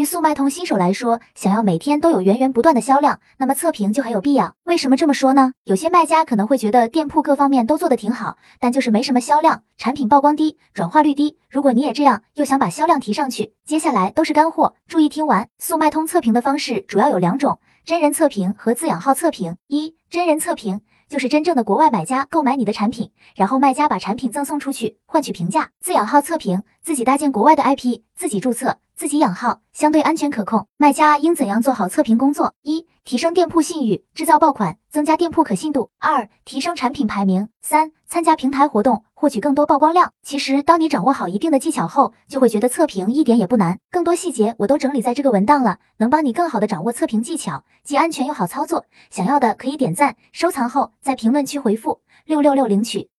于速卖通新手来说，想要每天都有源源不断的销量，那么测评就很有必要。为什么这么说呢？有些卖家可能会觉得店铺各方面都做得挺好，但就是没什么销量，产品曝光低，转化率低。如果你也这样，又想把销量提上去，接下来都是干货，注意听完。速卖通测评的方式主要有两种：真人测评和自养号测评。一、真人测评。就是真正的国外买家购买你的产品，然后卖家把产品赠送出去，换取评价。自养号测评，自己搭建国外的 IP，自己注册，自己养号，相对安全可控。卖家应怎样做好测评工作？一、提升店铺信誉，制造爆款，增加店铺可信度。二、提升产品排名。三、参加平台活动，获取更多曝光量。其实，当你掌握好一定的技巧后，就会觉得测评一点也不难。更多细节我都整理在这个文档了，能帮你更好的掌握测评技巧，既安全又好操作。想要的可以点赞、收藏后，在评论区回复666领取。